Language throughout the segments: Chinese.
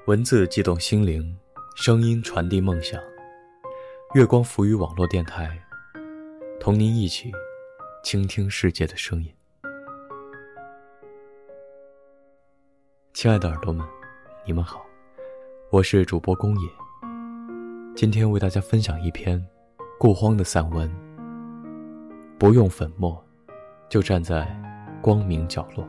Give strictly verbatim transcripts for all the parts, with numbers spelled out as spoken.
文字激动心灵，声音传递梦想。月光浮于网络电台，同您一起倾听世界的声音。亲爱的耳朵们，你们好，我是主播宫野。今天为大家分享一篇顾荒的散文，不用粉末，就站在光明角落。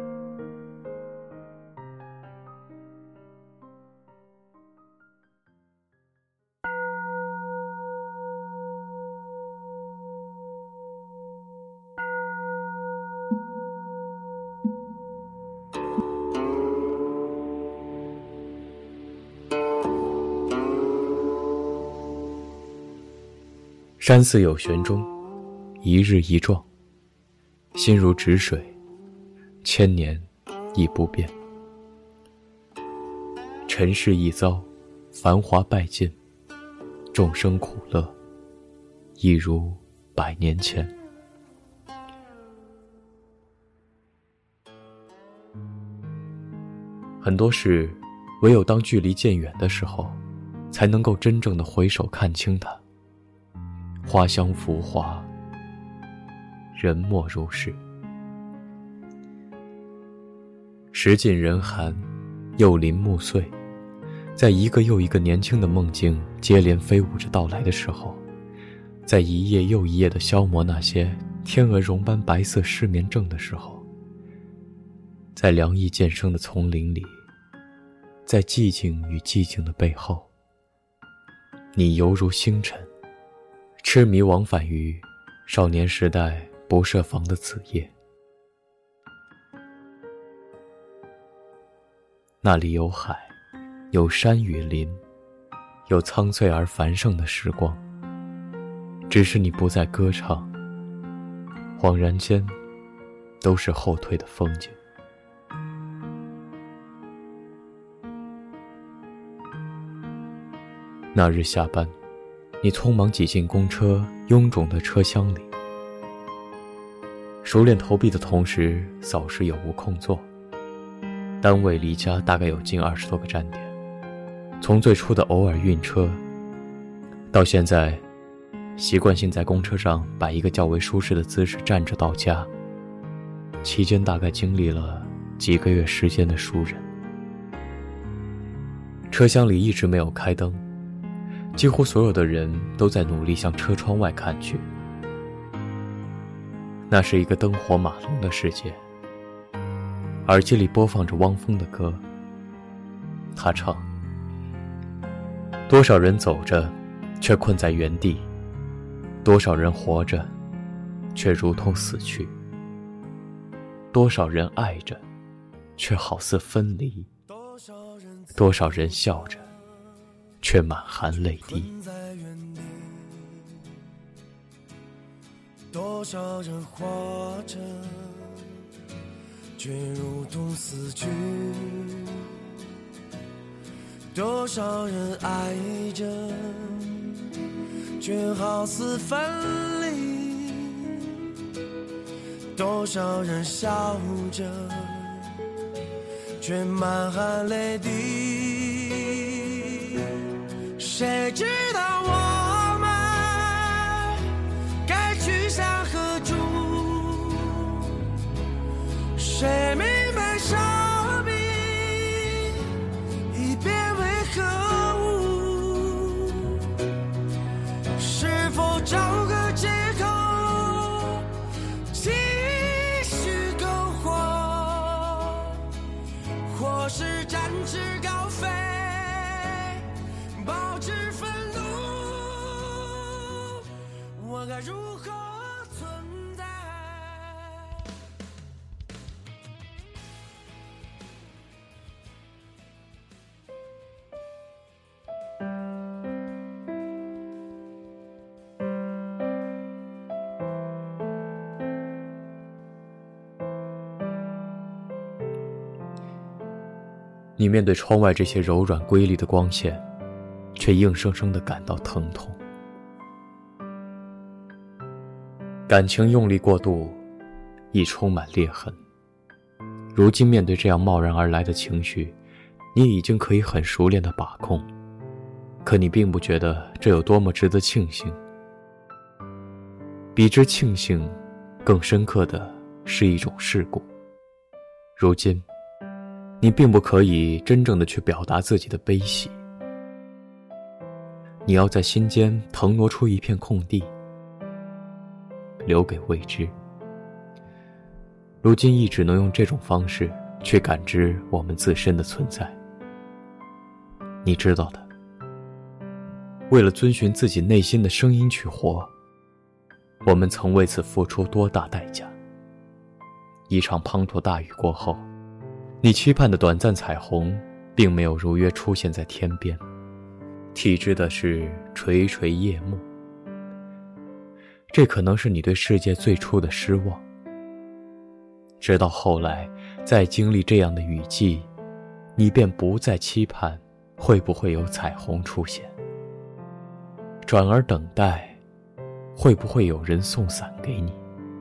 山寺有玄钟，一日一撞，心如止水，千年亦不变。尘世一遭，繁华败尽，众生苦乐，一如百年前。很多事，唯有当距离渐远的时候，才能够真正的回首看清它。花香浮华，人莫如是。时尽人寒，又临暮岁，在一个又一个年轻的梦境接连飞舞着到来的时候，在一夜又一夜地消磨那些天鹅绒般白色失眠症的时候，在凉意渐生的丛林里，在寂静与寂静的背后，你犹如星辰，痴迷往返于少年时代不设防的子夜。那里有海，有山与林，有苍翠而繁盛的时光，只是你不再歌唱，恍然间都是后退的风景。那日下班，你匆忙挤进公车臃肿的车厢里，熟练投币的同时，扫视有无空座。单位离家大概有近二十多个站点，从最初的偶尔晕车，到现在习惯性在公车上摆一个较为舒适的姿势站着到家，期间大概经历了几个月时间的熟人。车厢里一直没有开灯，几乎所有的人都在努力向车窗外看去。那是一个灯火马龙的世界，耳机里播放着汪峰的歌。他唱：多少人走着却困在原地，多少人活着却如同死去，多少人爱着却好似分离，多少人笑着却满含泪滴。 多少人活着却如同死去，多少人爱着却好似分离，多少人笑着却满含泪滴。谁知道我们该去向何处？谁明白生命已变为何物？是否找个借口继续苟活，或是展翅高飞，保持愤怒？我该如何存在？ 你面对窗外这些柔软瑰丽的光线，却硬生生地感到疼痛。感情用力过度，亦充满裂痕。如今面对这样贸然而来的情绪， 你已经可以很熟练地把控，可你并不觉得这有多么值得庆幸。比之庆幸，更深刻的是一种事故。如今，你并不可以真正的去表达自己的悲喜，你要在心间腾挪出一片空地，留给未知。如今亦只能用这种方式去感知我们自身的存在。你知道的，为了遵循自己内心的声音去活，我们曾为此付出多大代价。一场滂沱大雨过后，你期盼的短暂彩虹并没有如约出现在天边，替之的是垂垂夜幕。这可能是你对世界最初的失望。直到后来，再经历这样的雨季，你便不再期盼会不会有彩虹出现，转而等待会不会有人送伞给你。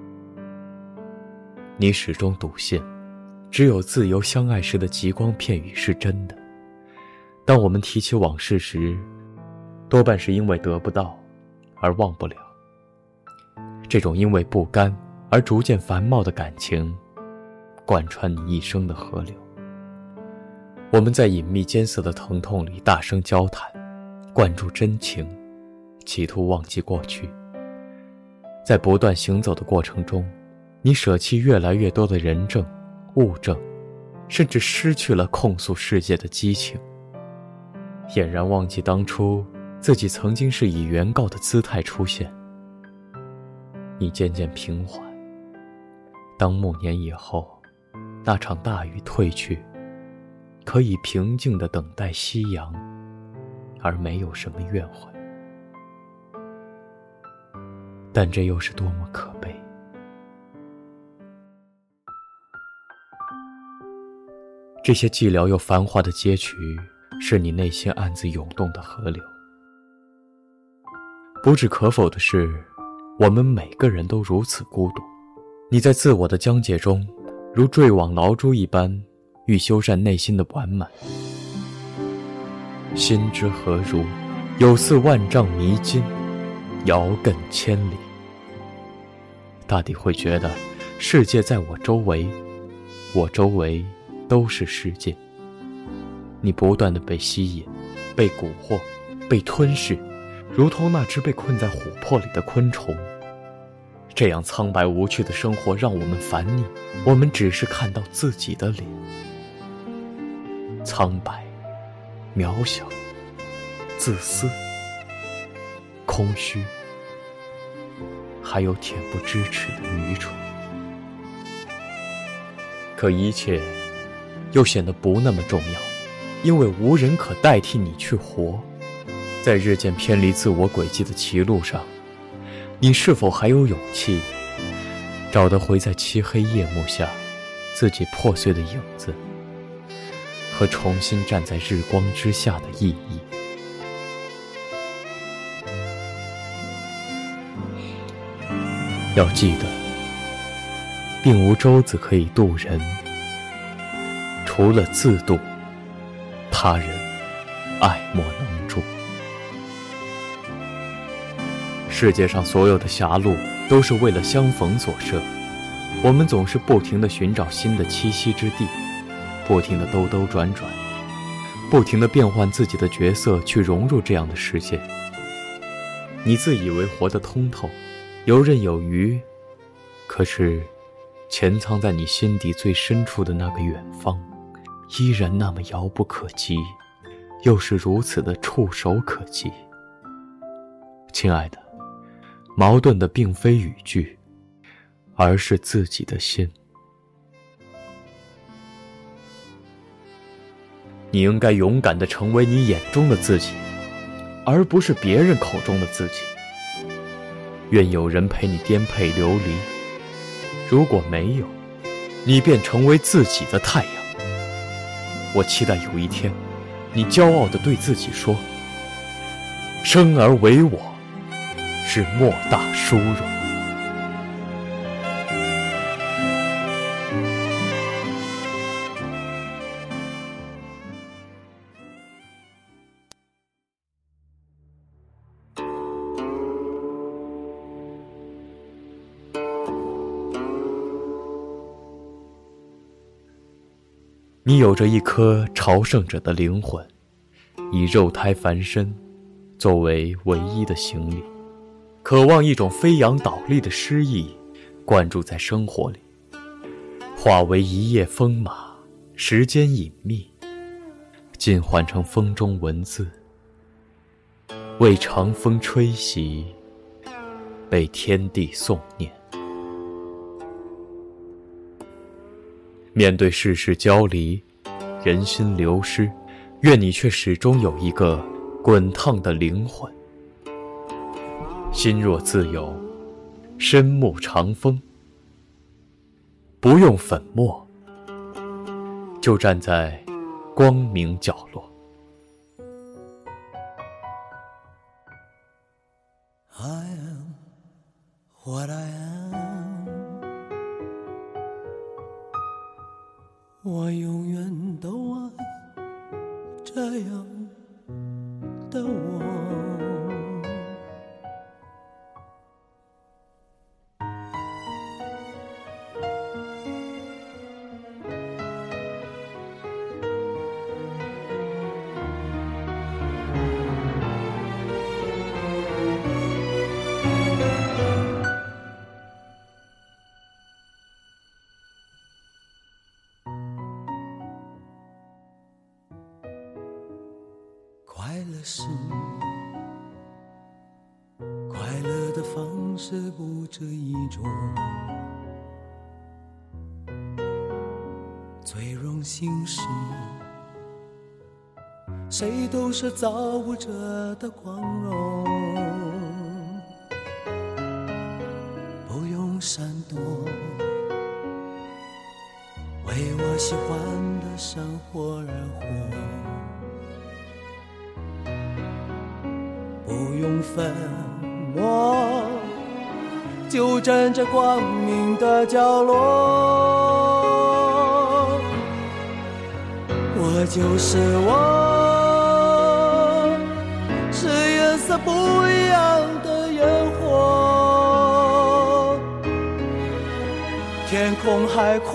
你始终笃信，只有自由相爱时的极光片语是真的。当我们提起往事时，多半是因为得不到而忘不了。这种因为不甘而逐渐繁茂的感情，贯穿你一生的河流。我们在隐秘艰涩的疼痛里大声交谈，灌注真情，企图忘记过去。在不断行走的过程中，你舍弃越来越多的人证、物证，甚至失去了控诉世界的激情，俨然忘记当初自己曾经是以原告的姿态出现。你渐渐平缓，当暮年以后，那场大雨退去，可以平静地等待夕阳，而没有什么怨悔。但这又是多么可悲。这些寂寥又繁华的街区，是你内心暗自涌动的河流。不置可否的是，我们每个人都如此孤独。你在自我的疆界中，如坠网牢珠一般，欲修缮内心的完满。心之何如，有似万丈迷津，遥亘千里。大抵会觉得，世界在我周围，我周围都是世界。你不断地被吸引，被蛊惑，被吞噬，如同那只被困在琥珀里的昆虫。这样苍白无趣的生活让我们烦腻，我们只是看到自己的脸，苍白、渺小、自私、空虚，还有恬不知耻的愚蠢。可一切又显得不那么重要，因为无人可代替你去活。在日渐偏离自我轨迹的歧路上，你是否还有勇气找得回在漆黑夜幕下自己破碎的影子，和重新站在日光之下的意义？要记得，并无舟子可以渡人，除了自渡，他人爱莫能助。世界上所有的狭路都是为了相逢所设，我们总是不停地寻找新的栖息之地，不停地兜兜转转，不停地变换自己的角色去融入这样的世界。你自以为活得通透，游刃有余，可是潜藏在你心底最深处的那个远方，依然那么遥不可及，又是如此的触手可及。亲爱的，矛盾的并非语句，而是自己的心。你应该勇敢地成为你眼中的自己，而不是别人口中的自己。愿有人陪你颠沛流离，如果没有，你便成为自己的太阳。我期待有一天，你骄傲地对自己说，生而为我，是莫大殊荣。 你有着一颗朝圣者的灵魂，以肉胎凡身作为唯一的行李，渴望一种飞扬倒立的诗意灌注在生活里，化为一夜风马，时间隐秘，尽换成风中文字，为长风吹袭，被天地诵念。面对世事交离，人心流失，愿你却始终有一个滚烫的灵魂，心若自由，身目长风，不用粉末，就站在光明角落。 I am what I am， 我永远都爱这样的我。快乐是快乐的方式不止一种，最荣幸是谁都是造物者的光荣，不用闪躲，为我喜欢的生活而活，不用粉墨，就站在光明的角落。我就是我，是颜色不一样的烟火，天空海阔，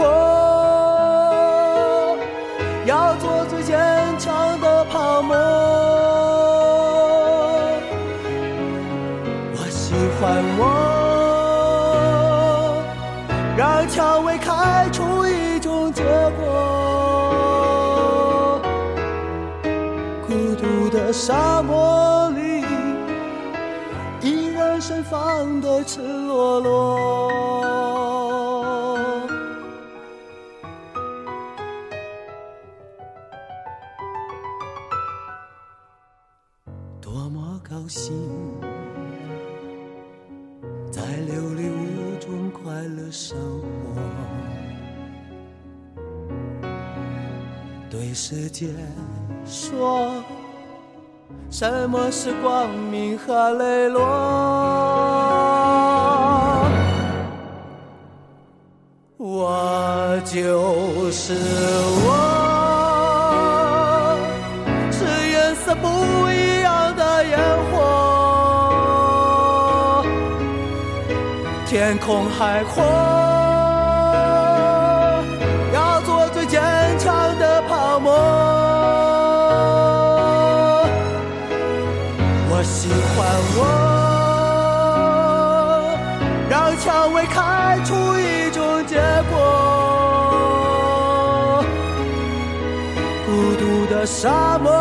要做最坚强的泡沫。喜欢我，让蔷薇开出一种结果。孤独的沙漠里，依然盛放的赤裸裸。多么高兴，在琉璃屋中快乐生活，对世界说什么是光明和磊落。我就是我，是颜色不一样的烟火，天空海阔，要做最坚强的泡沫。我喜欢我，让蔷薇开出一种结果。孤独的沙漠